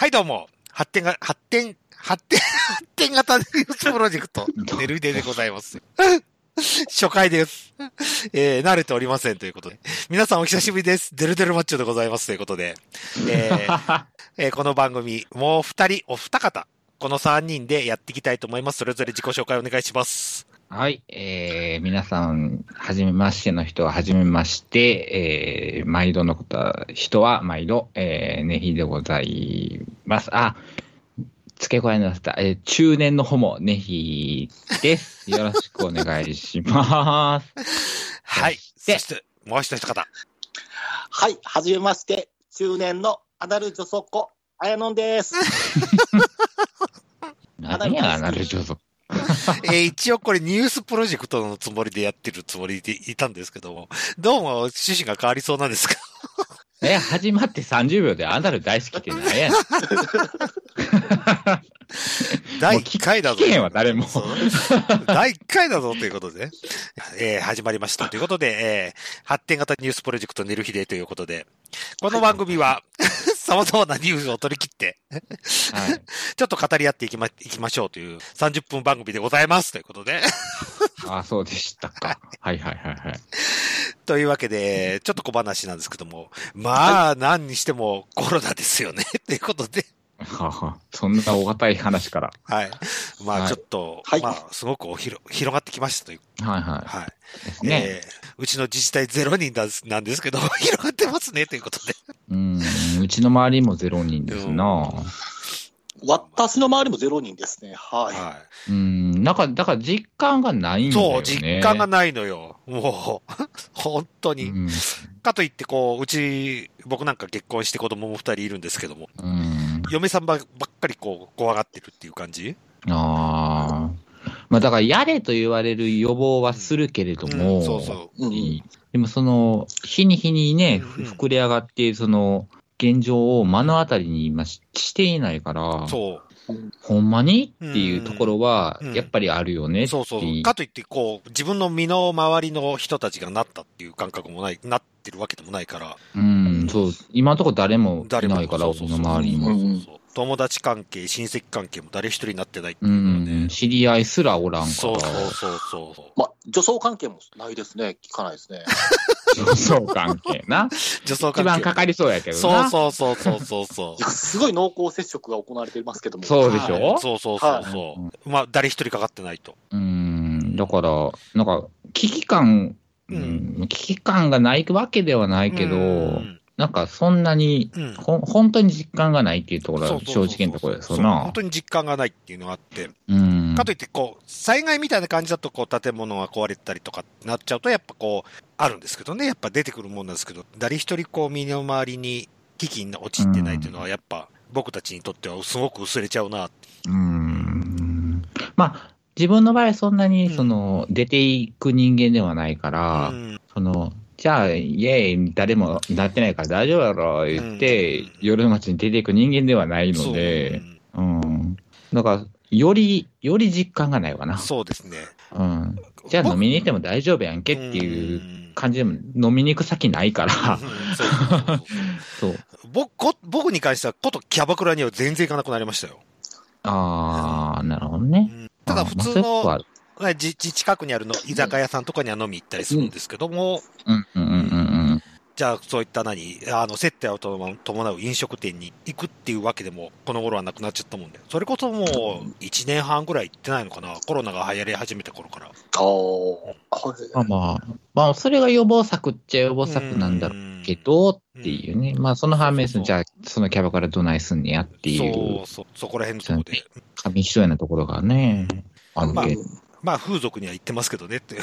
はいどうも、発展型ニュースプロジェクト、ネルヒデでございます。初回です。慣れておりませんということで。皆さんお久しぶりです。デルデルマッチョでございますということで。この番組、もうお二方、この3人でやっていきたいと思います。それぞれ自己紹介お願いします。 はい、皆さん、はじめましての人ははじめまして、毎度の人は毎度、ねひでございます。付け加えました。中年のホモ、ねひです。よろしくお願いします。 はい。そして、もう一方。 はい、はじめまして、中年のアナル女装子、あやのんです。 何や、アナル女装子。 一応これニュースプロジェクトのつもりでやってるつもりでいたんですけども、どうも趣旨が変わりそうなんですか？ 始まって30秒でアナル大好きって何やねん。 第1回だぞ。 聞けへんわ、誰も。 第1回だぞということで、始まりましたということで、発展型ニュースプロジェクトネルヒデということで、この番組は、様々なニュースを取り切って、はい、ちょっと語り合っていきましょうという30分番組でございますということで。 そうでしたか。はい。 というわけで、ちょっと小話なんですけども、まあ、何にしてもコロナですよね、ということで。 そんな大堅い話から。 はい。まあ、ちょっと、まあ、すごく広がってきましたという。はい。うちの自治体0人なんですけど、広がってますね、ということで。 うちの周りも0人ですな。 私の周りも0人ですね。はい。 だから実感がないんだよね。 そう、実感がないのよ。もう、本当に。かといって、僕なんか結婚して子供も2人いるんですけども、嫁さんばっかり怖がってるっていう感じ？ まあだからやれと言われる予防はするけれども、でも日に日にね、膨れ上がって、現状を目の当たりに今していないから、ほんまにっていうところは、やっぱりあるよねっていう。 そう。かといって、自分の身の回りの人たちがなったっていう感覚もない、なってるわけでもないから。 そう。今のところ誰もいないから、俺の周りにも。 友達関係、親戚関係も誰一人になってないっていうのはね。 知り合いすらおらんから。 そう。 まあ、女装関係もないですね。聞かないですね。 女装関係な。 女装関係。 一番かかりそうやけどな。 そう。 いや、すごい濃厚接触が行われていますけども。 そうでしょ？ そう。まあ、誰一人かかってないと。 だから、なんか、危機感がないわけではないけど、なんかそんなに、本当に実感がないっていうところは正直なところですよな。 本当に実感がないっていうのがあって。かといって、災害みたいな感じだと、建物が壊れたりとかなっちゃうと、やっぱあるんですけどね。やっぱ出てくるもんなんですけど、誰一人身の回りに危機に陥ってないっていうのは、やっぱ僕たちにとってはすごく薄れちゃうなって。 まあ、自分の場合そんなに、出ていく人間ではないから、じゃあ、イエーイ、誰もなってないから大丈夫やろ、言って、夜の街に出ていく人間ではないので、だから、より実感がないわな。 そうですね。 じゃあ飲みに行っても大丈夫やんけっていう感じでも飲みに行く先ないから。 そう。僕に関しては、キャバクラには全然行かなくなりましたよ。 なるほどね。 ただ普通の、近くにある居酒屋さんとかには飲み行ったりするんですけども、じゃあそういった接待を伴う飲食店に行くっていうわけでも、この頃はなくなっちゃったもんで、それこそもう1年半ぐらい行ってないのかな、コロナが流行り始めた頃から。 まあ、それが予防策っちゃ予防策なんだろうけど、っていうね。まあ、その反面、じゃあ、そのキャバからどないすんねやっていう。 そこら辺のところで。 紙一重なところがね、あるけど。 まあ、風俗には行ってますけどね、っていう。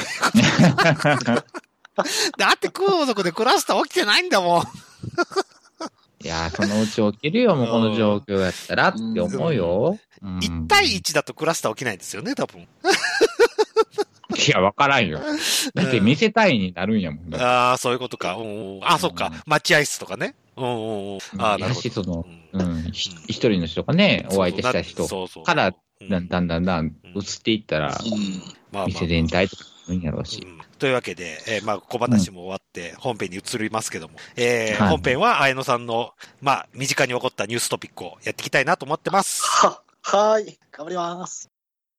だって空族でクラスター起きてないんだもん。 いやー、そのうち起きるよ、もうこの状況やったらって思うよ。 1対1だとクラスター起きないんですよね、多分。 いや、わからんよ。だって見せたいになるんやもん。 そういうことか。そっか。待合室とかね。なるほど。一人の人がね、お相手した人から、だんだん移っていったら、店全体とか言うんやろうし。 というわけで、まあ、小話も終わって本編に移りますけども、本編は綾野さんの、まあ、身近に起こったニューストピックをやっていきたいなと思ってます。 はい。頑張ります。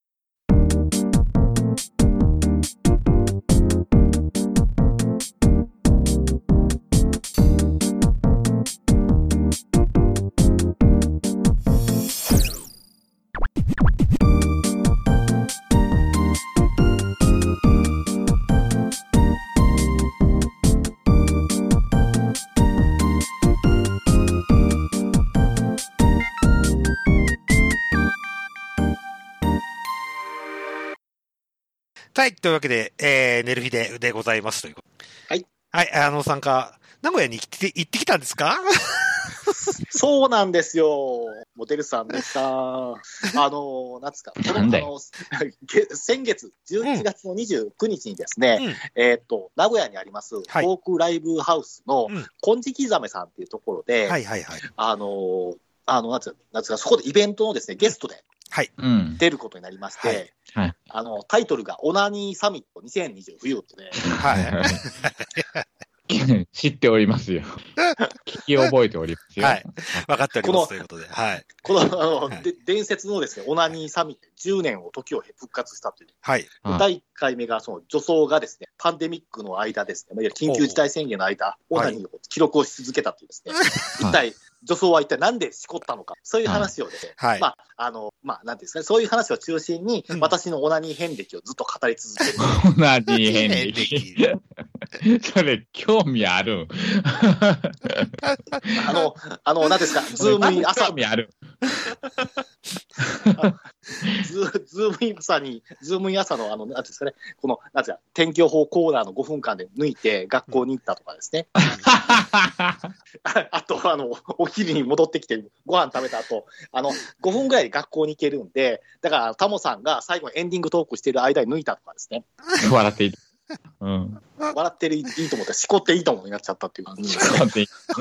はい。というわけで、ネルフィデでございますということ。 はい。 はい。綾野さんか、名古屋に行ってきたんですか？ そうなんですよ。モデルさんでした。なんですか。先月、11月の29日にですね、名古屋にあります、フォークライブハウスの金色ザメさんっていうところで、なんですか、そこでイベントのですね、ゲストで、出ることになりまして、タイトルがオナニーサミット2020冬ってね。 知っておりますよ。聞き覚えておりますよ。 はい。分かっておりますということで。はい。 この、伝説のですね、オナニーサミット10年を時を復活したという。 はい。 第1回目が、その女装がですね、パンデミックの間ですね、緊急事態宣言の間、オナニーを記録をし続けたというですね、一体、女装は一体なんでしこったのか、そういう話をですね、なんですかね、そういう話を中心に、私のオナニー遍歴をずっと語り続ける。 オナニー遍歴。それ、興味ある。 何ですか、ズームイン朝。 興味ある。 ズームイン朝の、なんですかね、この、なんですか、天気予報コーナーの5分間で抜いて学校に行ったとかですね。あと、お昼に戻ってきてご飯食べた後、5分ぐらいで学校に行けるんで、だから、タモさんが最後にエンディングトークしてる間に抜いたとかですね。 笑っている。 笑ってるいいと思って、しこっていいと思うになっちゃったっていう感じですね。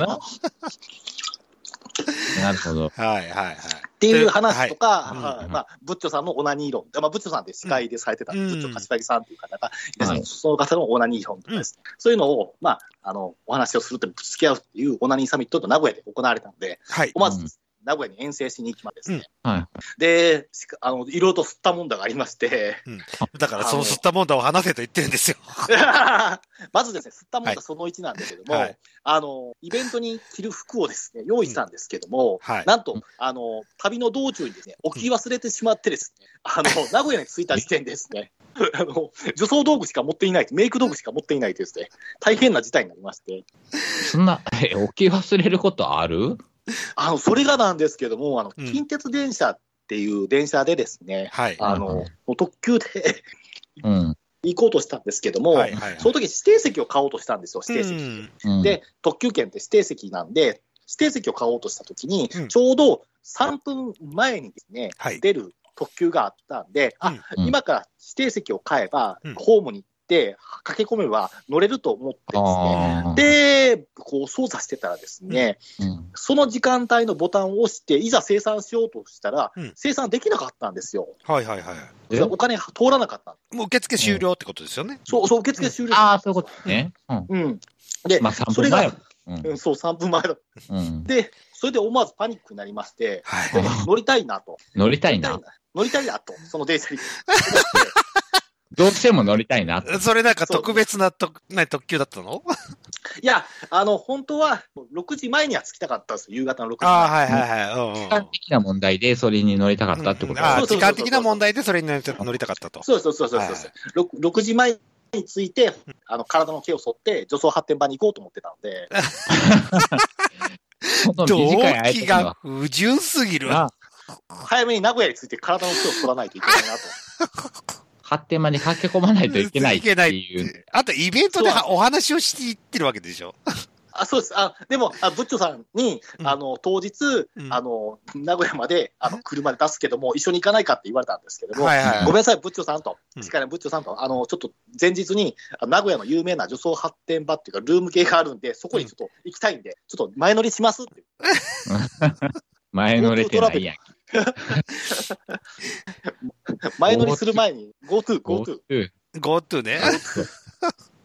なるほど。 はいはいはい。 っていう話とか、ブッチョさんのオナニー論。ブッチョさんって司会でされてた、ブッチョ柏木さんっていう方が、その方のオナニー論とかですね。そういうのを、お話をするってぶつけ合うっていうオナニーサミットと名古屋で行われたので、思わず名古屋に遠征しに行きまですね。で、いろいろと吸ったもんだがありまして。 だからその吸ったもんだを話せと言ってるんですよ。 まずですね、吸ったもんだその1なんですけども、イベントに着る服をですね、用意したんですけども、なんと、旅の道中にですね、置き忘れてしまってですね、名古屋に着いた時点でですね、女装道具しか持っていない、メイク道具しか持っていないとですね、大変な事態になりまして。 そんな、置き忘れることある？ それがなんですけども、近鉄電車っていう電車でですね、特急で行こうとしたんですけども、その時指定席を買おうとしたんですよ、指定席。で、特急券って指定席なんで、指定席を買おうとした時に、ちょうど3分前にですね、出る特急があったんで、今から指定席を買えば、ホームに行って、駆け込めば乗れると思ってですね、で、こう操作してたらですね、その時間帯のボタンを押して、いざ生産しようとしたら、生産できなかったんですよ。お金通らなかった。 もう受付終了ってことですよね。 そう、受付終了。 そういうことね。 で、 それが、 そう、3分前だ。で、それで思わずパニックになりまして、乗りたいなと。 乗りたいなと、 その電車に。 どうしても乗りたいな。 それなんか特別な特急だったの？ いや、本当は6時前には着きたかったんですよ、夕方の6時前。時間的な問題でそれに乗りたかったってことです時間的な問題でそれに乗りたかったと。 そう。6時前に着いて、体の毛を剃って女装発展場に行こうと思ってたので。 動機が不純すぎる。 早めに名古屋に着いて体の毛を剃らないといけないなと。 発展まで駆け込まないといけないっていう。 あと、イベントでお話をしに行ってるわけでしょ。 そうです。でも、ブッチョさんに、当日、名古屋まで、車で出すけども、一緒に行かないかって言われたんですけども、ごめんなさい、ブッチョさんと、ブッチョさんと、ちょっと前日に、名古屋の有名な女装発展場っていうか、ルーム系があるんで、そこにちょっと行きたいんで、ちょっと前乗りしますって。 前乗れてないやん。 前乗りする前に GoTo。 GoTo ね。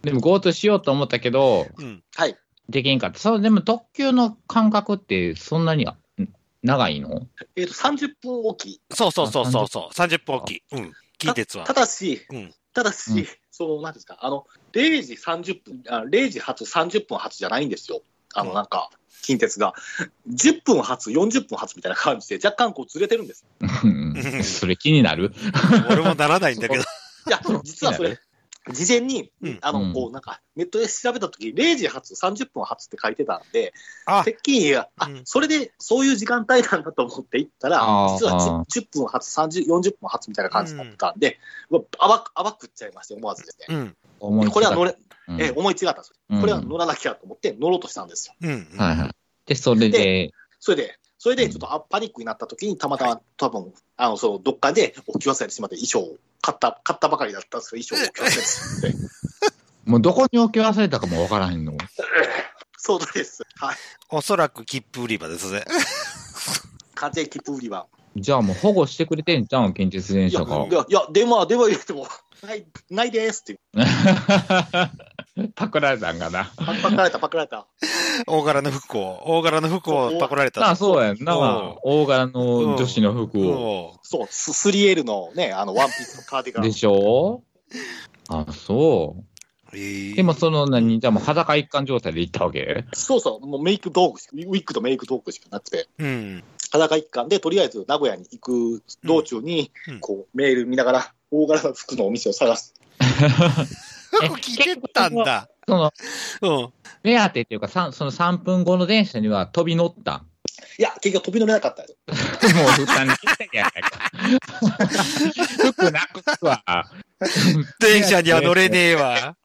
でも GoTo しようと思ったけど、 はい。 できんかった。でも特急の間隔ってそんなに長いの ？30分おき。 そう。30分おき。近鉄は。 ただし、なんですか、0時30分、0時発30分発じゃないんですよ。なんか、近鉄が。10分発、40分発みたいな感じで、若干こうずれてるんです。 それ気になる？ 俺もならないんだけど。 いや、実はそれ、事前に、こう、なんか、ネットで調べたとき、0時発、30分発って書いてたんで、てっきり、それで、そういう時間帯なんだと思って行ったら、実は10分発、40分発みたいな感じだったんで、あくっちゃいまして、思わずですね。これは思い違ったんですよ。これは乗らなきゃと思って乗ろうとしたんですよ。 で、それで、 ちょっとパニックになった時に、たまたま多分、どっかで置き忘れてしまって衣装を買ったばかりだったんですけど、衣装を置き忘れてしまって。 もうどこに置き忘れたかもわからへんの？ そうです。はい。 おそらく切符売り場ですね。 完全切符売り場。 じゃあもう保護してくれてんじゃん、近鉄電車が。 いや、電話入れても、ないですって。 パクられたんかな。 パクられた。 大柄の服をパクられた。 そうやんな。大柄の女子の服を。 そう、3L のね、ワンピースのカーディガン。 でしょ？そう。でもじゃあもう裸一貫状態で行ったわけ？ そう、もうウィッグとメイク道具しかなくて。裸一貫で、とりあえず名古屋に行く道中に、こう、メール見ながら、大柄の服のお店を探す。 服着てたんだ。 目当てっていうか、その3分後の電車には飛び乗った。 いや、結局飛び乗れなかったよ。 もう負担に来てやないか。服なくすわ。 電車には乗れねえわ。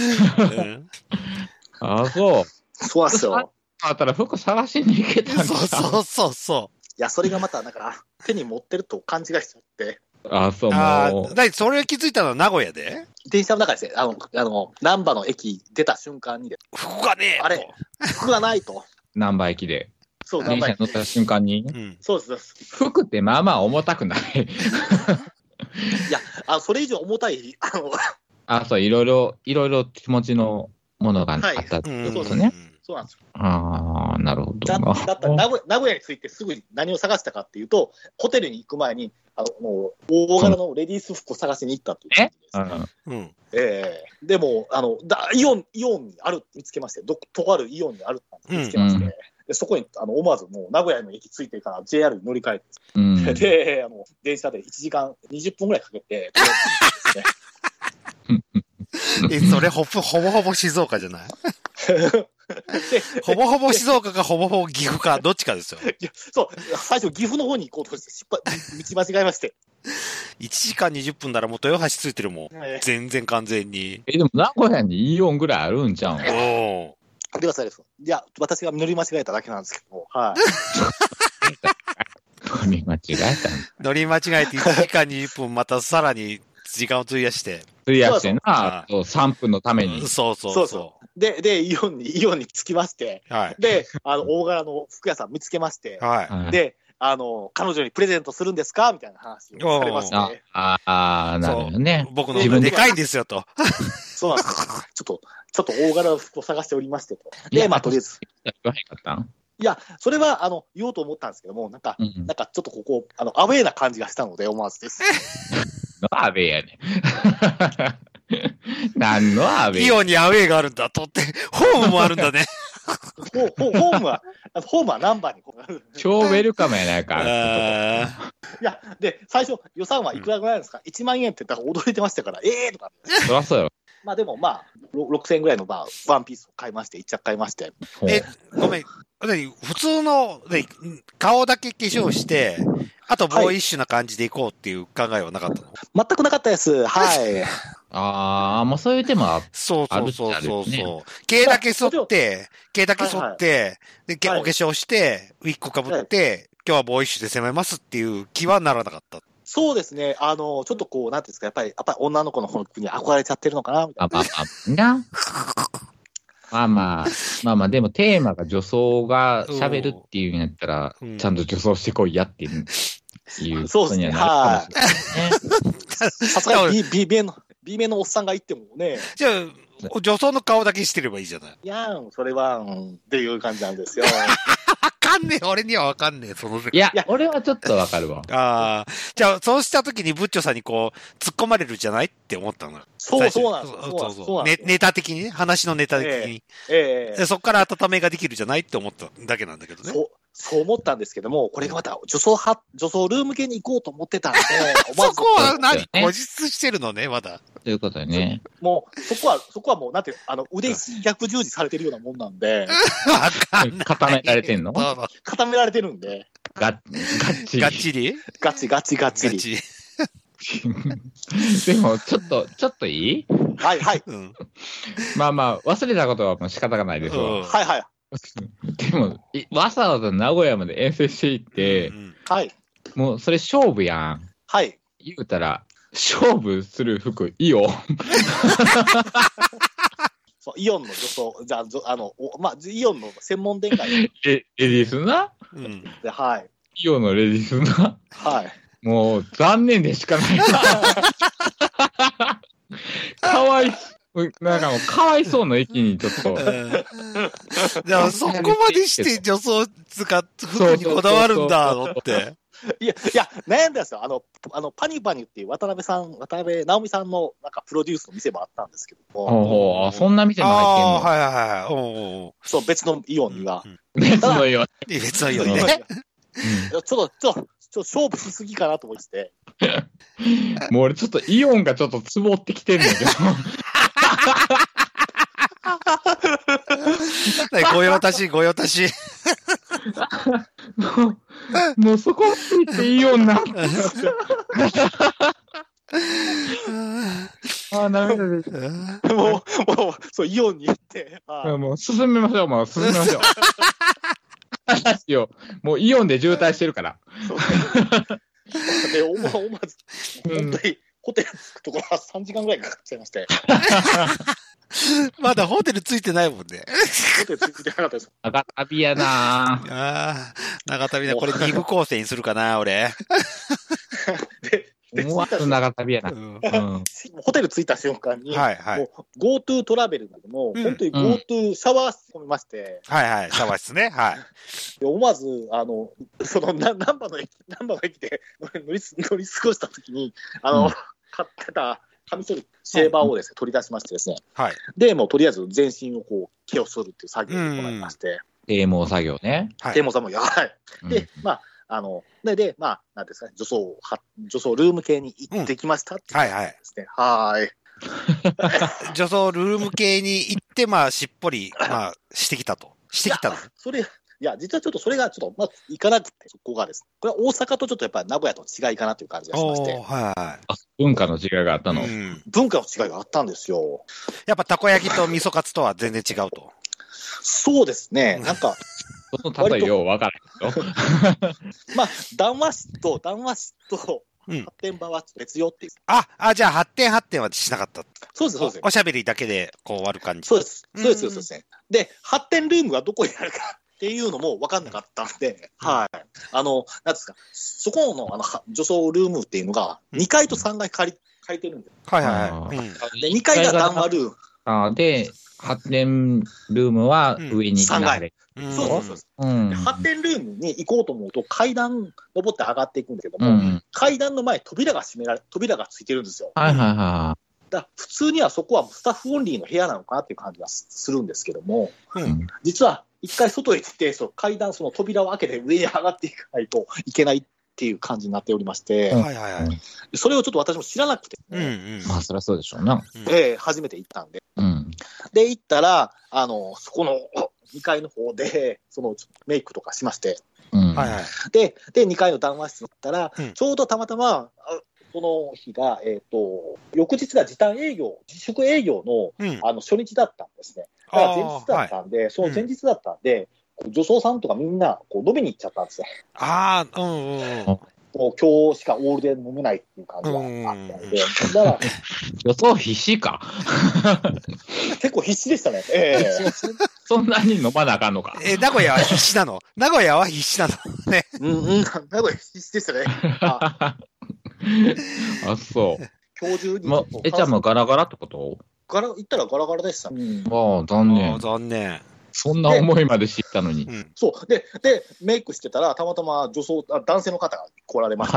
そうなんですよ。 あったら服探しに行けたんだ。 そう。 いや、それがまた、なんか、手に持ってると勘違いしちゃって。 それ気づいたのは名古屋で？ 電車の中ですね。難波の駅出た瞬間にで。 服がねえ。 あれ、服がないと。 難波駅で。 そう、 電車乗った瞬間に。 そうです。 服ってまあまあ重たくない？いや、それ以上重たい、 そう、いろいろ気持ちのものがあったってことね。 そうなんですよ。 なるほど。 だったら名古屋に着いてすぐに何を探したかっていうと、ホテルに行く前に、もう、大柄のレディース服を探しに行ったっていう感じです。でも、イオンに見つけまして、とあるイオンにあるって見つけまして、でそこに、思わずもう名古屋の駅着いてから JR に乗り換えて、で、電車で1時間20分ぐらいかけて、 それほぼほぼ静岡じゃない？ほぼほぼ静岡かほぼほぼ岐阜かどっちかですよ。 そう、最初岐阜の方に行こうとして道間違えまして。 1時間20分ならもう豊橋ついてるもん。全然完全に。 でも名古屋にイオンぐらいあるんじゃん。 ではそうです。いや、私が乗り間違えただけなんですけど、はい。 乗り間違えた乗り間違えて1時間20分またさらに時間を費やして。 な、3分のために。 そう。 で、イオンに着きまして、で、大柄の服屋さん見つけまして、で、彼女にプレゼントするんですかみたいな話をされまして。 なるほどね。 僕の自分でかいんですよと。 そうなんですよ。ちょっと大柄の服を探しておりましてと。で、とりあえず。いや、それは、言おうと思ったんですけども、なんかちょっとここ、アウェーな感じがしたので、思わずです。 アウェーやね。何のアウェー？ イオンにアウェーがあるんだとって、ホームもあるんだね。 ホームはナンバーに。 超ウェルカムやないか。 いや、で、最初、予算はいくらぐらいですか？ 1 万円って言ったら驚いてましたから、とか。 そらそうよ。 でも6000円ぐらいのワンピースを買いまして、1着買いまして。 ごめん。普通の、顔だけ化粧して、あとボーイッシュな感じでいこうっていう考えはなかったの？ 全くなかったです。はい。 もうそういう手もある。 そう。毛だけ剃って、で、お化粧して、ウィッグかぶって、今日はボーイッシュで攻めますっていう気はならなかった。 そうですね。ちょっとこう、なんていうんですか、やっぱり女の子の方に憧れちゃってるのかなみたいな。 まあ、でもテーマが女装が喋るっていうんやったら、ちゃんと女装してこいやっていうそうですね。はい。さすがに B 面のおっさんが言ってもね。 じゃあ、 女装の顔だけしてればいいじゃない。 いやん、それは、っていう感じなんですよ。 わかんねえ、俺にはわかんねえ、その世界。 いや、俺はちょっとわかるわ。 ああ。じゃあ、そうした時にブッチョさんにこう、突っ込まれるじゃないって思ったの。 そうなんです。 そうネタ的にね、話のネタ的に。そっから温めができるじゃないって思っただけなんだけどね。 そう思ったんですけども、これがまた女装ルーム系に行こうと思ってたんで、 そこは何固実してるのね、まだ。 ということでね。 もう、そこはもう、なんていう、腕ひ逆十字されてるようなもんなんで。 固められてんの？ 固められてるんで。 がっちり。 ガチり。 でも、ちょっといい？ はい。 まあまあ、忘れたことはもう仕方がないですわ。 はい。 でも、わざわざ名古屋まで遠征していって、 はい。 もうそれ勝負やん。 はい。 言うたら、勝負する服、いいよ。 そう、イオンの女装、じゃあ、イオンの専門店街。 レディースな？ はい。 イオンのレディースな？ はい。 もう、残念でしかない。かわいなんかもう、かわいそうな駅にちょっと。 じゃあ、そこまでして女装服にこだわるんだ、って。 いや、悩んだんですよ。パニパニっていう渡辺直美さんのなんかプロデュースの店もあったんですけども。 そんな店も入ってんの？ はい。 そう、別のイオンには。 別のイオンにね。 ちょっと勝負しすぎかなと思って。 もう俺ちょっとイオンがちょっとつぼってきてんだけど。 ご用達。 もうそこついてイオンな。涙出て。 もう、そう、イオンに行って。 もう進めましょう。話を。もうイオンで渋滞してるから。 で、思わず、本当に、ホテル着くところは3時間ぐらいかかっちゃいまして。 まだホテル着いてないもんね。 ホテル着いてなかったです。 長旅やなぁ。長旅だ。これ2部構成にするかな、俺。 思わず長旅やな。 ホテル着いた瞬間に、もう GoTo トラベルでも、本当に GoTo シャワー室込みまして。 シャワー室ね。 で思わず、その、難波の駅で乗り過ごした時に、買ってた、カミソリ、シェーバーをですね、取り出しましてですね。で、もうとりあえず全身をこう、毛を剃るっていう作業を行いまして。 啓蒙作業ね。 啓蒙作業、はい。で、なんですかね、女装ルーム系に行ってきましたってですね。 女装ルーム系に行って、しっぽり、してきたの。 いや、実はちょっとそれがちょっと、いかなくて、そこがですね。これは大阪とちょっとやっぱり名古屋と違いかなという感じがしまして。 文化の違いがあったの？ 文化の違いがあったんですよ。 やっぱたこ焼きと味噌カツとは全然違うと。 そうですね。なんか、 その例えよう分からんけど。 談話室と発展場は別よっていう。 じゃあ発展はしなかった。 そうです。 おしゃべりだけでこう終わる感じ。 そうです。で、発展ルームがどこにあるかっていうのも分かんなかったんで、なんですか、そこの女装ルームっていうのが2階と3階借りてるんです。で、2階が談話ルーム。 で、発展ルームは上に 3階。そう。発展ルームに行こうと思うと階段登って上がっていくんだけども、階段の前扉がついてるんですよ。だ普通にはそこはスタッフオンリーの部屋なのかなっていう感じがするんですけども、実は一回外へ出て、階段、その扉を開けて上に上がっていかないといけないっていう感じになっておりまして、それをちょっと私も知らなくて、 そりゃそうでしょうな。 初めて行ったんで。で、行ったら、そこの2階の方で、そのメイクとかしまして、で、2階の談話室に行ったら、ちょうどたまたま、その日が、翌日が時短営業、自粛営業の、初日だったんですね。だから前日だったんで、その前日だったんで、女装さんとかみんなこう飲みに行っちゃったんですね。もう今日しかオールで飲めないっていう感じがあったんで、だから女装必死か。 結構必死でしたね。 そんなに飲まなあかんのか。 名古屋は必死なの。名古屋は必死なの。ね。 名古屋必死でしたね。 そう。 今日中に。 じゃあもうガラガラってこと？ 行ったらガラガラでした。 残念。 残念。 そんな思いまで知ったのに。 そう。で、メイクしてたら、たまたま男性の方が来られまして、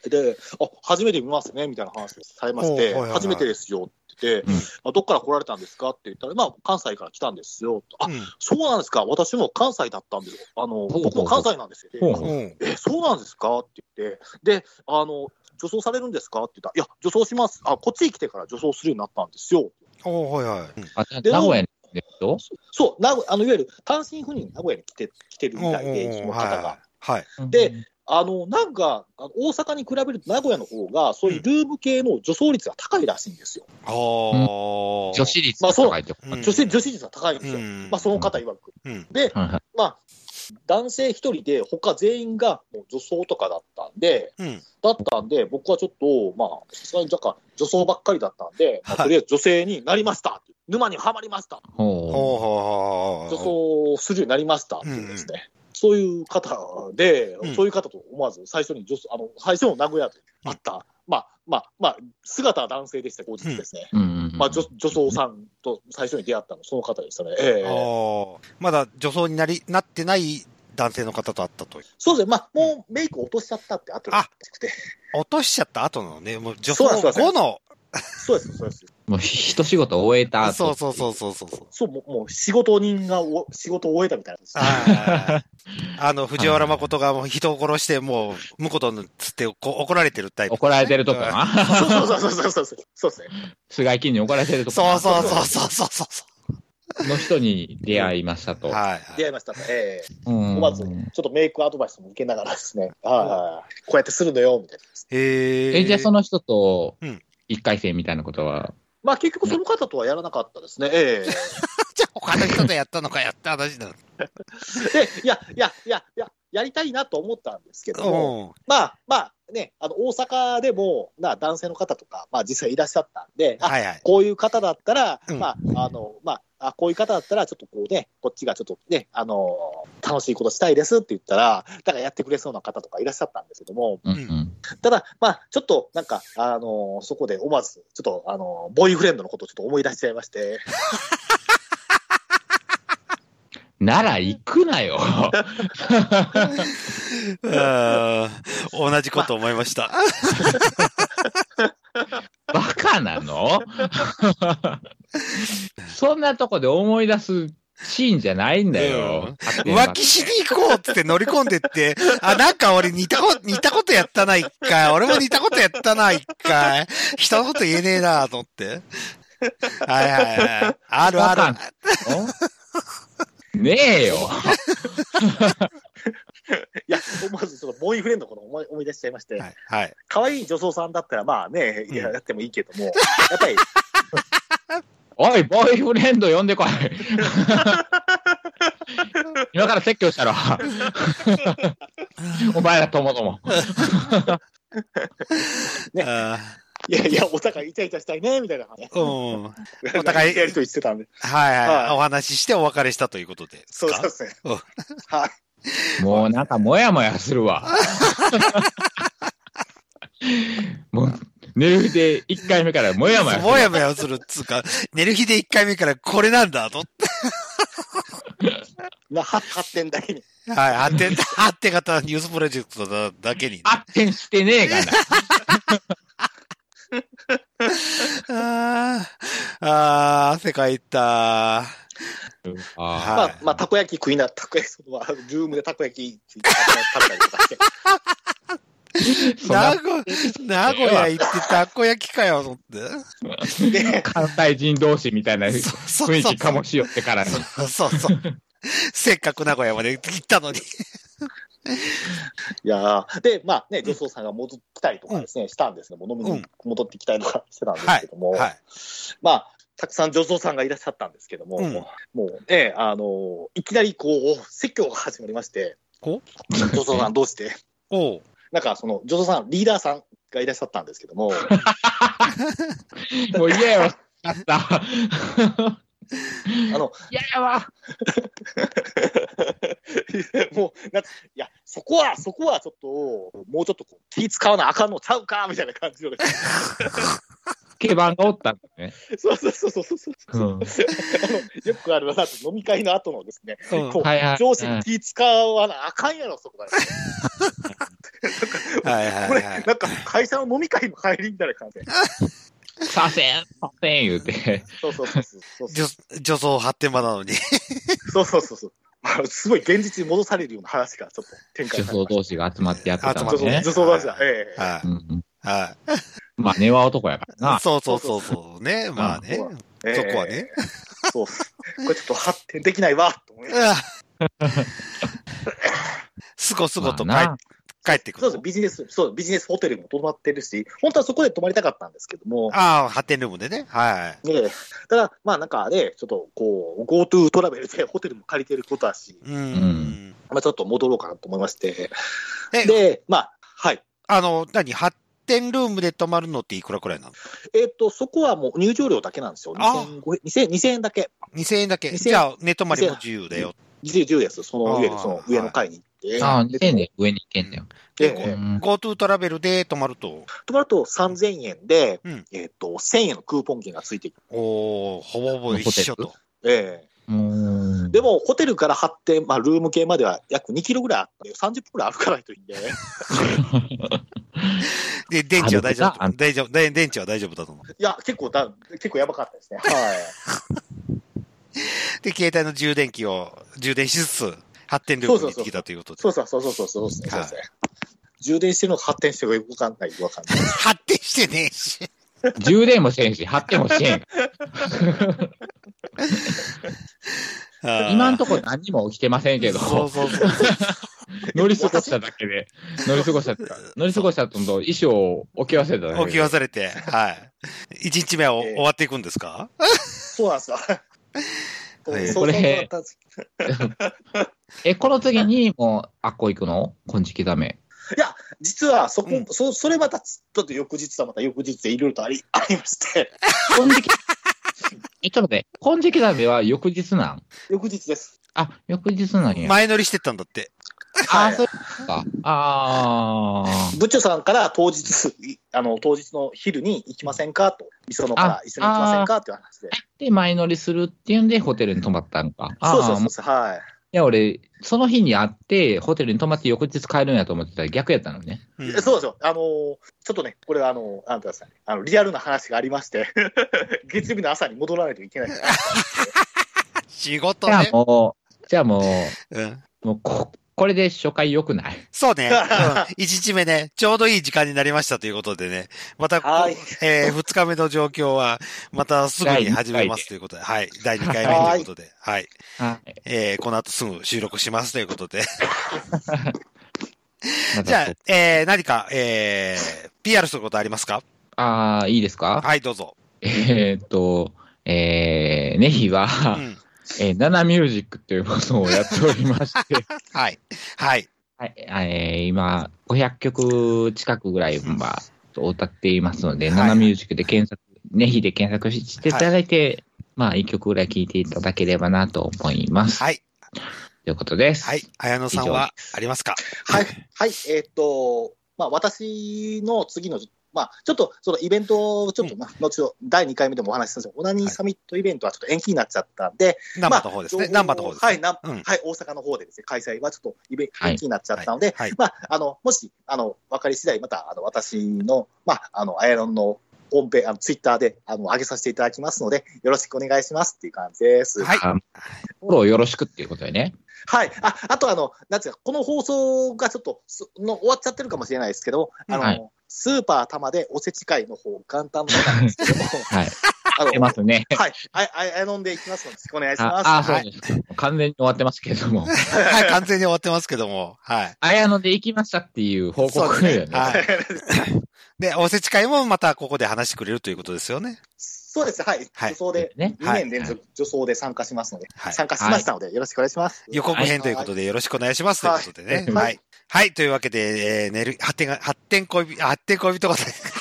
で、初めて見ますね、みたいな話をされまして、初めてですよって言って、どっから来られたんですかって言ったら、関西から来たんですよ。そうなんですか、私も関西だったんで、僕も関西なんですよ。そうなんですかって言って、で、女装されるんですかって言ったら、いや、女装します。こっちに来てから女装するようになったんですよ。 名古屋にそう、いわゆる単身赴任名古屋に来てるみたいで、その方が。で、なんか、大阪に比べると名古屋の方が、そういうルーム系の女装率が高いらしいんですよ。 女子率が高いってこと。 女子率が高いんですよ。その方曰く。で、男性一人で他全員がもう女装とかだったんで、僕はちょっと、さすがに若干女装ばっかりだったんで、とりあえず女性になりました。沼にはまりました。女装するようになりましたっていうですね。そういう方で、そういう方と思わず最初の名古屋で会った、姿は男性でした、後日ですね。女装さんと最初に出会ったの、その方でしたね。 まだ女装になってない男性の方と会ったという。 そうですね。もうメイク落としちゃったって後らしくて。 落としちゃった後のね、もう女装後の。 そうです。 もう一仕事終えた後。 そう、もう仕事を終えたみたいな。藤原誠がもう人を殺して、もう、婿とつって怒られてるタイプ。 怒られてるとかな。 そうですね。 菅井金に怒られてるとか。 そう。 の人に出会いましたと。 出会いましたね。思わず、ちょっとメイクアドバイスも受けながらですね。こうやってするのよ、みたいな。 じゃあその人と、一回戦みたいなことは結局その方とはやらなかったですね。 じゃあ他の人とやったのかやった話だ。 やりたいなと思ったんですけども、ね、大阪でも、男性の方とか、実際いらっしゃったんで、こういう方だったら、こういう方だったら、ちょっとこうね、こっちがちょっとね、楽しいことしたいですって言ったら、だからやってくれそうな方とかいらっしゃったんですけども、ただ、ちょっとなんか、そこで思わず、ちょっと、ボーイフレンドのことをちょっと思い出しちゃいまして。 なら行くなよ。 同じこと思いました。 バカなの？そんなとこで思い出すシーンじゃないんだよ。 浮気しに行こうって乗り込んでって、なんか俺似たことやったな、一回。俺も似たことやったな、一回。人のこと言えねえな、と思って。ある。 ねえよ。 いや、思わずちょっとボーイフレンドのこと思い出しちゃいまして、可愛い女装さんだったらやってもいいけども、やっぱり。 おい、ボーイフレンド呼んでこい。今から説教したろ。お前らともども。 いや、お互いイチャイチャしたいね、みたいな。 お互いやりとりしてたんで。 お話ししてお別れしたということで。 そうですね。 もうなんかもやもやするわ。もう寝る日で1回目からもやもやする。 もやもやするっつうか、寝る日で1回目からこれなんだと。 発展だけに。 発展型ニュースプロジェクトだけに。 発展してねえがな。 汗かいた。 たこ焼きルームでたこ焼き食べたりとかして。 名古屋行ってたこ焼きかよ、と思って。 関西人同士みたいな雰囲気醸し寄ってからに。 そう。せっかく名古屋まで行ったのに。 いやで、女装さんが戻ってきたりとかですね、したんですけども、飲みに戻ってきたりとかしてたんですけども、たくさん女装さんがいらっしゃったんですけども、もうね、いきなり説教が始まりまして、女装さん同士で。なんかその女装さん、リーダーさんがいらっしゃったんですけども。 もう嫌やわ。あった。 嫌やわ。もう、いや、そこはちょっと、もうちょっと気使わなあかんのちゃうかみたいな感じで。 スケバンがおったんだね。 そう。よくあるな、飲み会の後のですね、こう上司に気使わなあかんやろ、そこだね。これ、なんか会社の飲み会の帰りみたいな感じで。 させん言うて。 そう。 女装発展場なのに。 そう。すごい現実に戻されるような話がちょっと展開され女装同士が集まってやってたんですね。 女装同士だ。 はい。 まあ、根は男やからな。 そうね。まあね。そこはね。 そう。これちょっと発展できないわ、と思います。 すごと帰ってくる。 そうビジネスホテルにも泊まってるし、本当はそこで泊まりたかったんですけども。 発展ルームでね。はい。 ただ、まあなんかね、ちょっとこう、GoTo トラベルでホテルも借りてることだし、まあちょっと戻ろうかなと思いまして。で、まあ、はい。 発展ルームで泊まるのっていくらくらいなの？ そこはもう入場料だけなんですよ。2000円だけ。 2000円だけ。じゃあ、寝泊まりも自由だよ。 自由です。その上の階に行って。 2000円で上に行けんだよ。 GoTo トラベルで泊まると 3000円で、1000円のクーポン券がついてくる。 ほぼ一緒と。 でも、ホテルから発展、ルーム系までは約2キロぐらいあって、30分ぐらい歩かないといいんで。 で、電池は大丈夫だと思う。 いや、結構やばかったですね。はい。 で、携帯の充電器を充電しつつ、発展ルームに行ってきたということで。 そう。充電してるのか発展してるのかよくわかんない。 発展してねえし。 充電もしてんし、発展もしてん。今んとこ何にも起きてませんけど。 そう。 乗り過ごしただけで。乗り過ごしたと衣装を置き忘れただけで。 置き忘れて、はい。1日目は終わっていくんですか？ そうなんですよ。 これ、この次にもう、あっこ行くの？金色ダメ。 いや、実はそれまた、ちょっと翌日でいろいろとありまして。 金色、ちょっと待って、金色ダメは翌日なん？ 翌日です。 翌日なんや。 前乗りしてたんだって。 そうか。 部長さんから当日の昼に行きませんかと、磯野から一緒に行きませんかっていう話で。 で、前乗りするっていうんで、ホテルに泊まったんか。 そう、はい。 いや、俺、その日に会って、ホテルに泊まって翌日帰るんやと思ってたら逆やったのね。 そうですよ。ちょっとね、これはなんてください。リアルな話がありまして、月曜日の朝に戻らないといけない。 仕事ね。 じゃあもう、これで初回良くない？ そうね。1日目ね、ちょうどいい時間になりましたということでね、また、2日目の状況は、またすぐに始めますということで、はい。第2回目ということで、はい。この後すぐ収録しますということで。じゃあ、何か、PR することありますか？ いいですか？ はい、どうぞ。 ネヒは、ナナミュージックというものをやっておりまして。 はい。 今、500曲近くぐらい歌っていますので、ナナミュージックでネヒで検索していただいて、1曲ぐらい聴いていただければなと思います。はい。ということです。 はい。綾野さんはありますか？ はい。私の次の、ちょっと、そのイベントをちょっと、後ほど、第2回目でもお話ししたんですけど、オナニーサミットイベントはちょっと延期になっちゃったんで、 難波の方ですね。難波の方ですね。 はい、大阪の方でですね、開催はちょっと延期になっちゃったので、もし、分かり次第、また、私の、綾野のホームページ、ツイッターで、上げさせていただきますので、よろしくお願いしますっていう感じです。 はい。フォローよろしくっていうことでね。 はい。あとなんていうか、この放送がちょっと終わっちゃってるかもしれないですけど、スーパー玉でおせち会の方、元旦の方なんですけども、 はい。出ますね。 はい。飲んでいきますので、よろしくお願いします。 そうですか。完全に終わってますけれども。 はい、完全に終わってますけども、はい。 綾野で行きましたっていう報告だよね。はい。 で、おせち会もまたここで話してくれるということですよね。 そうです。はい。女装で、2年連続女装で参加しますので、参加しましたので、よろしくお願いします。 予告編ということで、よろしくお願いしますということでね。はい。はい。というわけで、発展恋人が、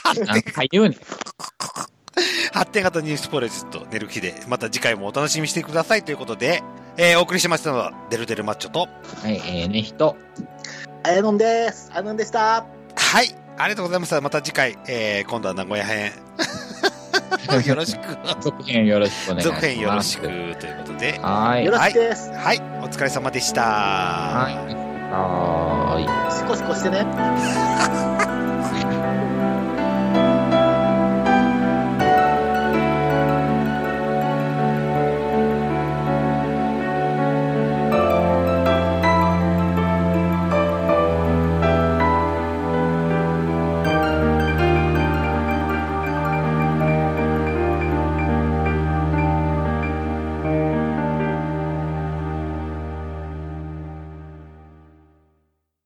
発展型ニュースプロジェクト、寝る日で、また次回もお楽しみにしてくださいということで、お送りしましたのは、デルデルマッチョと、 はい、ネヒと、 綾野です。綾野でした。 はい。ありがとうございました。また次回、今度は名古屋編。 よろしく。 続編よろしくお願いします。 続編よろしくということで。 はい。 よろしくです。 はい。お疲れ様でした。 はい。 シコシコしてね。